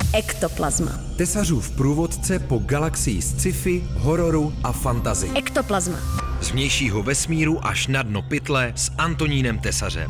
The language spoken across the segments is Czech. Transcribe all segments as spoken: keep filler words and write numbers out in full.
Ektoplazma. Tesařův průvodce po galaxii sci-fi, hororu a fantasy. Ektoplazma. Z vnějšího vesmíru až na dno pytle s Antonínem Tesařem.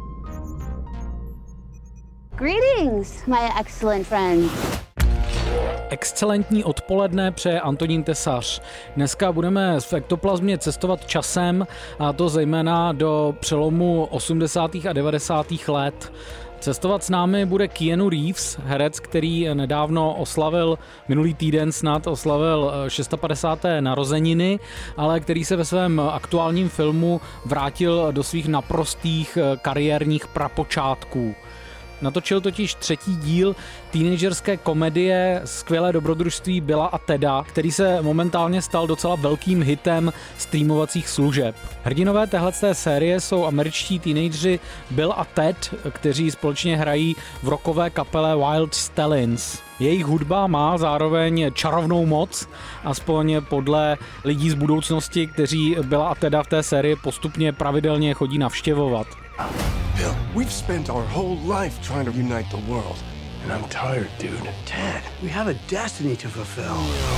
Greetings, my excellent friends. Excelentní odpoledne přeje Antonín Tesař. Dneska budeme v Ektoplazmě cestovat časem, a to zejména do přelomu osmdesátých a devadesátých let. Cestovat s námi bude Keanu Reeves, herec, který nedávno oslavil, minulý týden snad oslavil padesáté šesté narozeniny, ale který se ve svém aktuálním filmu vrátil do svých naprostých kariérních prapočátků. Natočil totiž třetí díl teenagerské komedie Skvělé dobrodružství Billa a Teda, který se momentálně stal docela velkým hitem streamovacích služeb. Hrdinové téhleté série jsou američtí teenageři Bill a Ted, kteří společně hrají v rockové kapele Wild Stallions. Jejich hudba má zároveň čarovnou moc, aspoň podle lidí z budoucnosti, kteří Billa a Teda v té sérii postupně pravidelně chodí navštěvovat. Bill, we've spent our whole life trying to unite the world, and I'm tired, dude. Ted, we have a destiny to fulfill.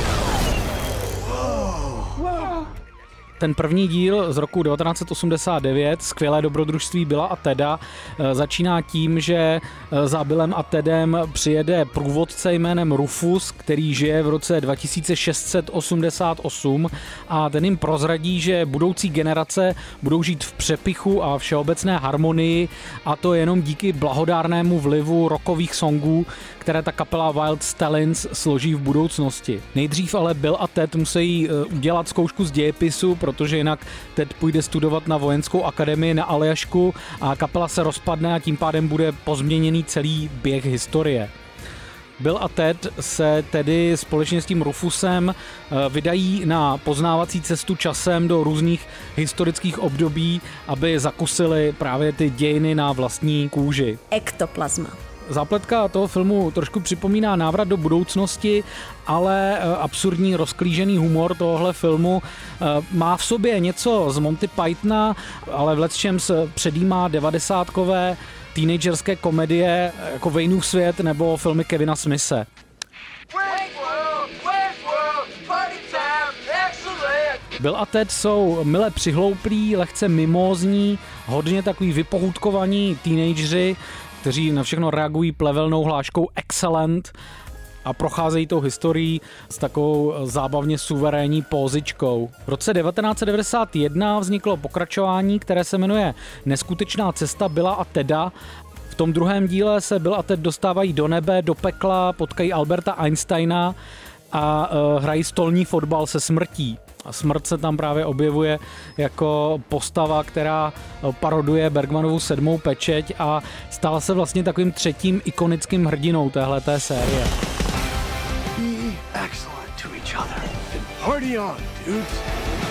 Whoa. Whoa. Ten první díl z roku devatenáct set osmdesát devět, Skvělé dobrodružství Billa a Teda, začíná tím, že za Billem a Tedem přijede průvodce jménem Rufus, který žije v roce dva tisíce šest set osmdesát osm, a ten jim prozradí, že budoucí generace budou žít v přepichu a všeobecné harmonii, a to jenom díky blahodárnému vlivu rockových songů, které ta kapela Wild Stallions složí v budoucnosti. Nejdřív ale Bill a Ted musí udělat zkoušku z dějepisu, protože jinak Ted půjde studovat na vojenskou akademii na Aljašku a kapela se rozpadne a tím pádem bude pozměněný celý běh historie. Bill a Ted se tedy společně s tím Rufusem vydají na poznávací cestu časem do různých historických období, aby zakusili právě ty dějiny na vlastní kůži. Ektoplazma. Zápletka toho filmu trošku připomíná Návrat do budoucnosti, ale absurdní rozklížený humor tohohle filmu má v sobě něco z Monty Pythona, ale v lecčems předjímá devadesátkové teenagerské komedie jako Wayneův svět nebo filmy Kevina Smithe. Bill a Ted jsou mile přihlouplí, lehce mimózní, hodně takový vypohůdkovaní teenageři, kteří na všechno reagují plevelnou hláškou excellent a procházejí tou historií s takovou zábavně suverénní pózičkou. V roce devatenáct set devadesát jedna vzniklo pokračování, které se jmenuje Neskutečná cesta Billa a Teda. V tom druhém díle se Bill a Ted dostávají do nebe, do pekla, potkají Alberta Einsteina a uh, hrají stolní fotbal se smrtí. A smrt se tam právě objevuje jako postava, která paroduje Bergmanovu Sedmou pečeť a stala se vlastně takovým třetím ikonickým hrdinou téhleté série. Be excellent to each other and party on, dudes.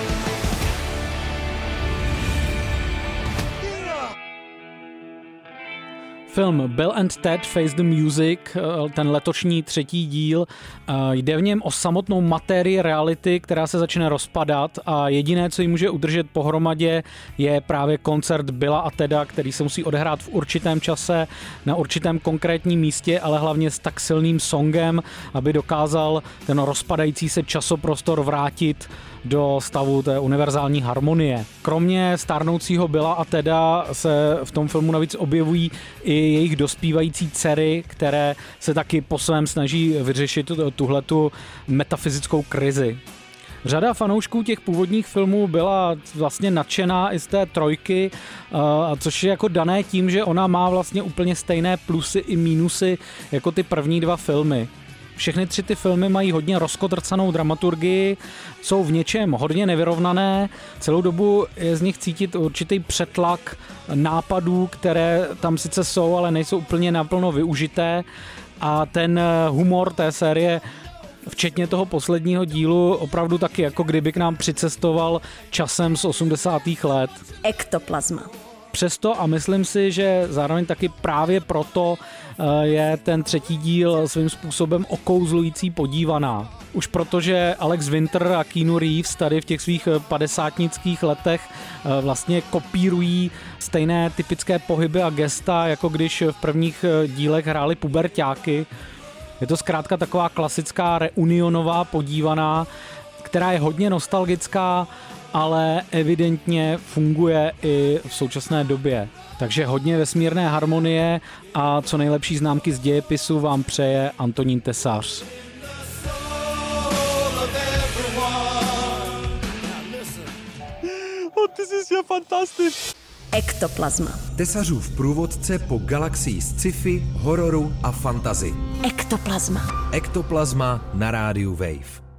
Film Bill and Ted Face the Music, ten letošní třetí díl, jde v něm o samotnou materii reality, která se začne rozpadat, a jediné, co ji může udržet pohromadě, je právě koncert Billa a Teda, který se musí odehrát v určitém čase, na určitém konkrétním místě, ale hlavně s tak silným songem, aby dokázal ten rozpadající se časoprostor vrátit do stavu té univerzální harmonie. Kromě stárnoucího Billa a Teda se v tom filmu navíc objevují i jejich dospívající dcery, které se taky po svém snaží vyřešit tuhletu metafyzickou krizi. Řada fanoušků těch původních filmů byla vlastně nadšená i z té trojky, což je jako dané tím, že ona má vlastně úplně stejné plusy i mínusy jako ty první dva filmy. Všechny tři ty filmy mají hodně rozkodrcanou dramaturgii, jsou v něčem hodně nevyrovnané, celou dobu je z nich cítit určitý přetlak nápadů, které tam sice jsou, ale nejsou úplně naplno využité, a ten humor té série, včetně toho posledního dílu, opravdu taky jako kdyby k nám přicestoval časem z osmdesátých let. Ektoplazma. Přesto, a myslím si, že zároveň taky právě proto je ten třetí díl svým způsobem okouzlující podívaná. Už protože Alex Winter a Keanu Reeves tady v těch svých padesátnických letech vlastně kopírují stejné typické pohyby a gesta, jako když v prvních dílech hráli puberťáky. Je to zkrátka taková klasická reunionová podívaná, která je hodně nostalgická, ale evidentně funguje i v současné době. Takže hodně vesmírné harmonie a co nejlepší známky z dějepisu vám přeje Antonín Tesař. Oh, this is ja fantastisch. Ektoplazma. Tesařův průvodce po galaxii sci-fi, hororu a fantasy. Ektoplazma. Ektoplazma na rádiu Wave.